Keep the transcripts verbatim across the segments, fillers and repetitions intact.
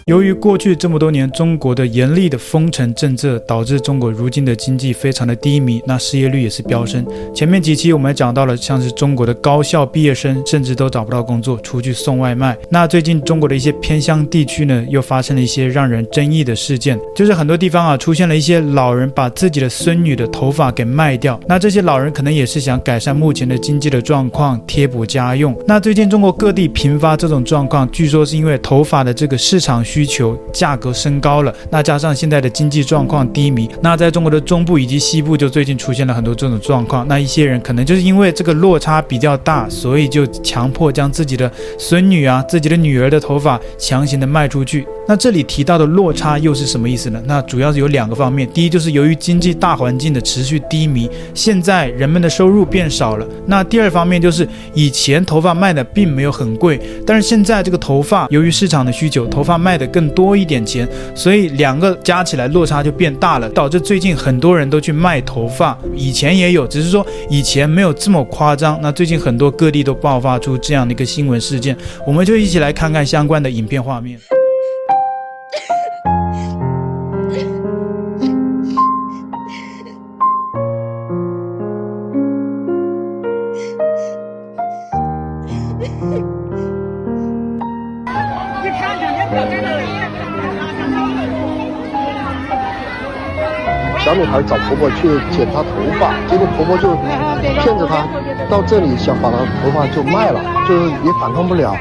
由于过去这么多年中国的严厉的封城政策，导致中国如今的经济非常的低迷，那失业率也是飙升。前面几期我们讲到了，像是中国的高校毕业生甚至都找不到工作，出去送外卖。那最近中国的一些偏乡地区呢，又发生了一些让人争议的事件，就是很多地方啊出现了一些老人把自己的孙女的头发给卖掉。那这些老人可能也是想改善目前的经济的状况，贴补家用。那最近中国各地频发这种状况，据说是因为头发的这个市场需求价格升高了，那加上现在的经济状况低迷，那在中国的中部以及西部就最近出现了很多这种状况。那一些人可能就是因为这个落差比较大，所以就强迫将自己的孙女啊、自己的女儿的头发强行的卖出去。那这里提到的落差又是什么意思呢？那主要是有两个方面。第一，就是由于经济大环境的持续低迷，现在人们的收入变少了。那第二方面就是以前头发卖的并没有很贵，但是现在这个头发由于市场的需求，头发卖的更多一点钱，所以两个加起来落差就变大了，导致最近很多人都去卖头发。以前也有，只是说以前没有这么夸张。那最近很多各地都爆发出这样的一个新闻事件，我们就一起来看看相关的影片画面。 小女孩找婆婆去剪她头发，结果婆婆就骗着她到这里想把她头发就卖了，就是也反抗不了。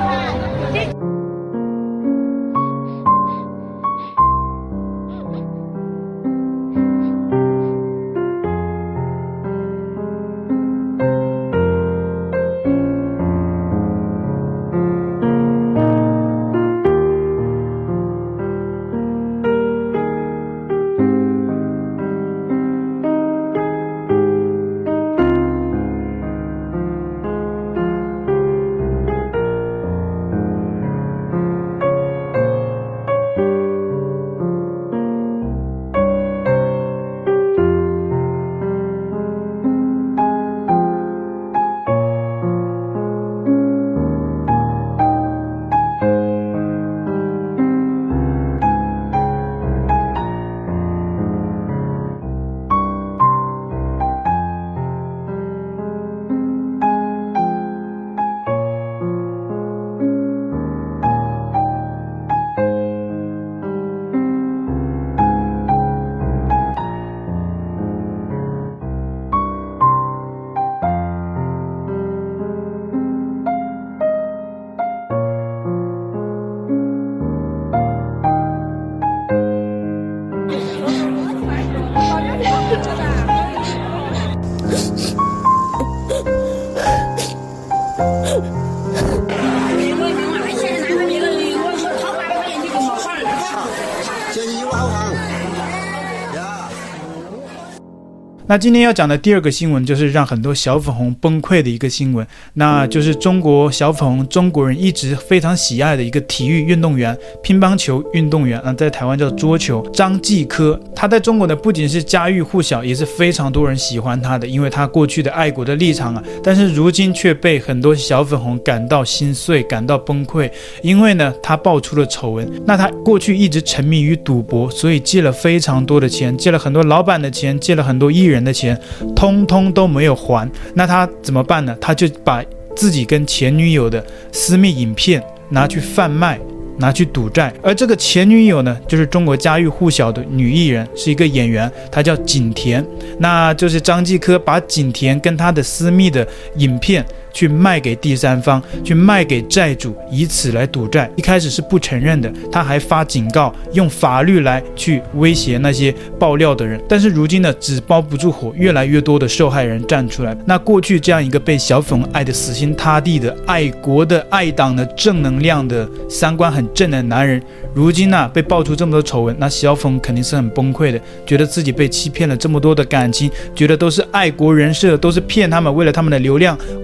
那今天要讲的第二个新闻，就是让很多小粉红崩溃的一个新闻，那就是中国小粉红中国人一直非常喜爱的一个体育运动员，乒乓球运动员啊，在台湾叫桌球，张继科。他在中国呢不仅是家喻户晓，也是非常多人喜欢他的，因为他过去的爱国的立场啊，但是如今却被很多小粉红感到心碎，感到崩溃，因为呢他爆出了丑闻。那他过去一直沉迷于赌博，所以借了非常多的钱，借了很多老板的钱，借了很多艺人的钱，通通都没有还。那他怎么办呢？他就把自己跟前女友的私密影片拿去贩卖，拿去赌债。而这个前女友呢，就是中国家喻户晓的女艺人，是一个演员，她叫景甜。那就是张继科把景甜跟她的私密的影片去卖给第三方，去卖给债主，以此来赌债。一开始是不承认的，他还发警告，用法律来去威胁那些爆料的人。但是如今呢，纸包不住火，越来越多的受害人站出来。那过去这样一个被小粉爱得死心塌地的、爱国的、爱党的、正能量的、三观很正的男人，如今呢、啊、被爆出这么多丑闻，那小粉肯定是很崩溃的，觉得自己被欺骗了这么多的感情，觉得都是爱国人设，都是骗他们，为了他们的流量，为了他们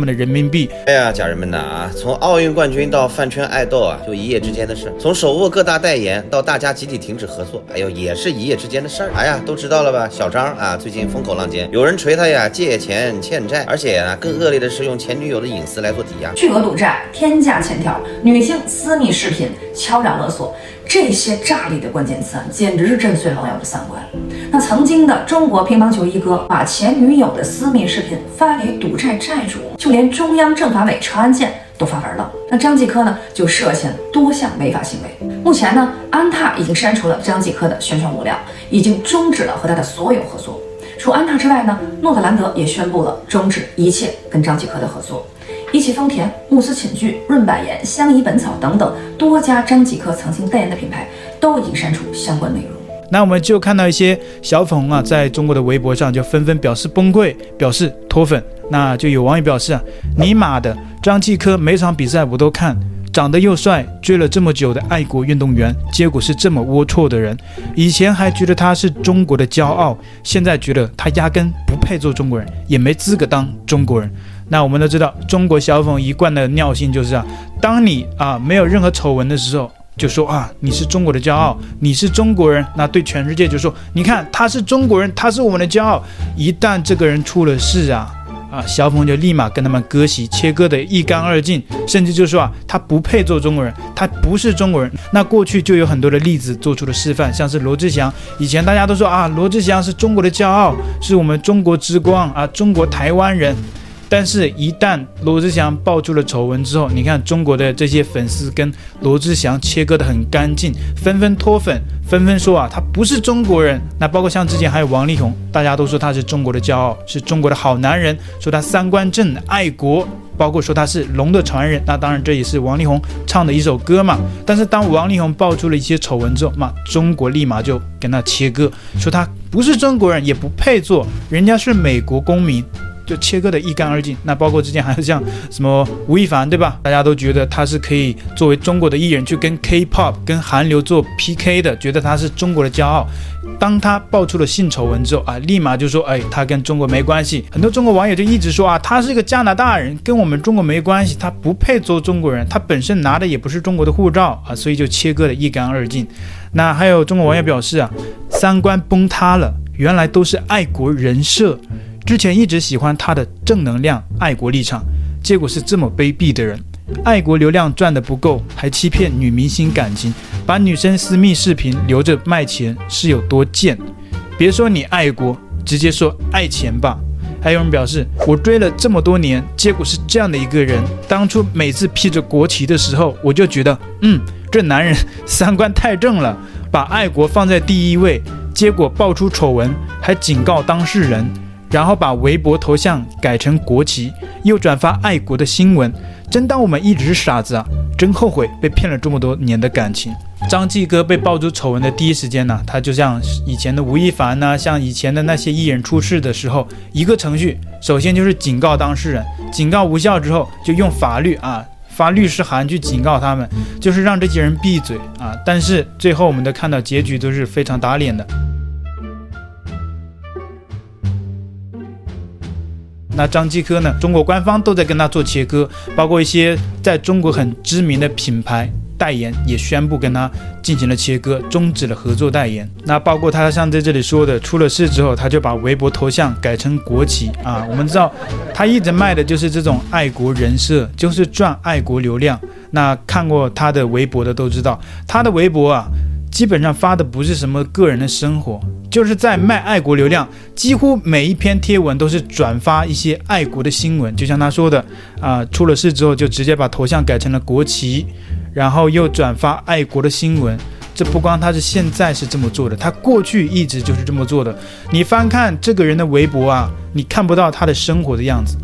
的人民币。 哎呀，家人们呐啊，从奥运冠军到饭圈爱豆啊，就一夜之间的事；从手握各大代言到大家集体停止合作，哎呦，也是一夜之间的事儿。哎呀，都知道了吧？小张啊，最近风口浪尖，有人锤他呀借钱欠债，而且啊，更恶劣的是用前女友的隐私来做抵押， 巨额赌债、天价欠条、女星私密视频、敲诈勒索。这些炸裂的关键词啊，简直是震碎了网友的三观。那曾经的中国乒乓球一哥把前女友的私密视频发给赌债债主，就连中央政法委查案件都发文了。那张继科呢，就涉嫌多项违法行为。目前呢，安踏已经删除了张继科的宣传物料，已经终止了和他的所有合作。除安踏之外呢，诺特兰德也宣布了终止一切跟张继科的合作。一汽丰田、慕斯寝具、润百颜、相宜本草等等多家张继科曾经代言的品牌都已经删除相关内容。 那我们就看到一些小粉红啊，在中国的微博上就纷纷表示崩溃，表示脱粉。那就有网友表示啊，尼玛的，张继科每场比赛我都看，长得又帅，追了这么久的爱国运动员，结果是这么龌龊的人。以前还觉得他是中国的骄傲，现在觉得他压根不配做中国人，也没资格当中国人。那我们都知道，中国小粉一贯的尿性就是啊，当你啊没有任何丑闻的时候，就说啊你是中国的骄傲，你是中国人，那对全世界就说，你看他是中国人，他是我们的骄傲。一旦这个人出了事啊，啊小粉就立马跟他们割席，切割得一干二净，甚至就说啊他不配做中国人，他不是中国人。那过去就有很多的例子做出了示范，像是罗志祥，以前大家都说啊罗志祥是中国的骄傲，是我们中国之光啊，中国台湾人。但是，一旦罗志祥爆出了丑闻之后，你看中国的这些粉丝跟罗志祥切割得很干净，纷纷脱粉，纷纷说啊，他不是中国人。那包括像之前还有王力宏，大家都说他是中国的骄傲，是中国的好男人，说他三观正、爱国，包括说他是龙的传人。那当然，这也是王力宏唱的一首歌嘛。但是当王力宏爆出了一些丑闻之后，那中国立马就跟他切割，说他不是中国人，也不配做，人家是美国公民。就切割的一干二净。那包括之前还有像什么吴亦凡，对吧？大家都觉得他是可以作为中国的艺人去跟 K-pop 跟韩流做 P K 的，觉得他是中国的骄傲。当他爆出了性丑闻之后啊，立马就说哎，他跟中国没关系。很多中国网友就一直说啊，他是一个加拿大人，跟我们中国没关系，他不配做中国人，他本身拿的也不是中国的护照啊，所以就切割的一干二净。那还有中国网友表示啊，三观崩塌了，原来都是爱国人设。之前一直喜欢他的正能量爱国立场，结果是这么卑鄙的人。爱国流量赚得不够，还欺骗女明星感情，把女生私密视频留着卖钱，是有多贱？别说你爱国，直接说爱钱吧。还有人表示，我追了这么多年，结果是这样的一个人。当初每次披着国旗的时候，我就觉得，嗯，这男人三观太正了，把爱国放在第一位。结果爆出丑闻，还警告当事人，然后把微博头像改成国旗，又转发爱国的新闻，真当我们一直是傻子啊！真后悔被骗了这么多年的感情。张继科被爆出丑闻的第一时间呢、啊，他就像以前的吴亦凡呐、啊，像以前的那些艺人出事的时候，一个程序，首先就是警告当事人，警告无效之后，就用法律啊发律师函去警告他们，就是让这些人闭嘴啊。但是最后我们都看到结局都是非常打脸的。那张继科呢？中国官方都在跟他做切割，包括一些在中国很知名的品牌代言也宣布跟他进行了切割，终止了合作代言。那包括他像在这里说的，出了事之后，他就把微博头像改成国旗啊。我们知道他一直卖的就是这种爱国人设，就是赚爱国流量。那看过他的微博的都知道，他的微博啊，基本上发的不是什么个人的生活，就是在卖爱国流量，几乎每一篇贴文都是转发一些爱国的新闻。就像他说的啊、呃，出了事之后就直接把头像改成了国旗，然后又转发爱国的新闻。这不光他是现在是这么做的，他过去一直就是这么做的。你翻看这个人的微博啊，你看不到他的生活的样子。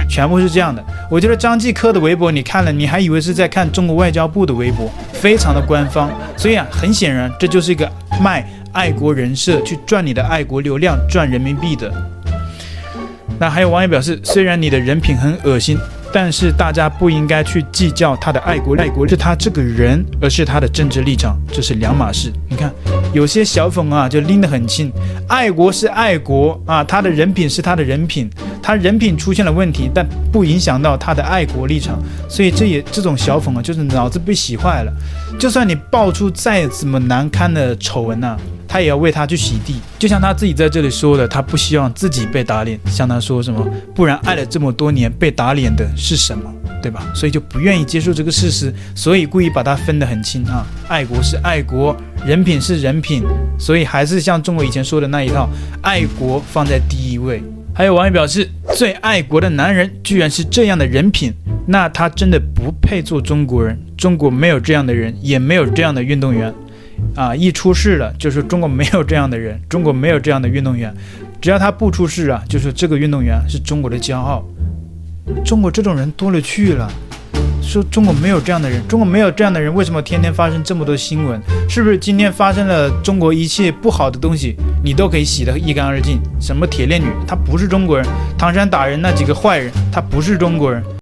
全部是这样的。我觉得张继科的微博你看了，你还以为是在看中国外交部的微博，非常的官方。所以啊，很显然这就是一个卖爱国人设，去赚你的爱国流量，赚人民币的。那还有网友表示，虽然你的人品很恶心，但是大家不应该去计较他的爱国，爱国是他这个人，而是他的政治立场，这是两码事。你看有些小粉啊就拎得很轻，爱国是爱国啊，他的人品是他的人品，他人品出现了问题，但不影响到他的爱国立场。所以这也这种小粉啊，就是脑子被洗坏了。就算你爆出再怎么难堪的丑闻啊，他也要为他去洗地。就像他自己在这里说的，他不希望自己被打脸，像他说什么，不然爱了这么多年，被打脸的是什么，对吧？所以就不愿意接受这个事实，所以故意把它分得很清啊。爱国是爱国，人品是人品，所以还是像中国以前说的那一套，爱国放在第一位。还有网友表示，最爱国的男人居然是这样的人品，那他真的不配做中国人。中国没有这样的人，也没有这样的运动员。啊，一出事了，就是中国没有这样的人，中国没有这样的运动员。只要他不出事啊，就是这个运动员是中国的骄傲。中国这种人多了去了，说中国没有这样的人，中国没有这样的人，为什么天天发生这么多新闻？是不是今天发生了中国一切不好的东西，你都可以洗得一干二净？什么铁链女，她不是中国人；唐山打人那几个坏人，她不是中国人。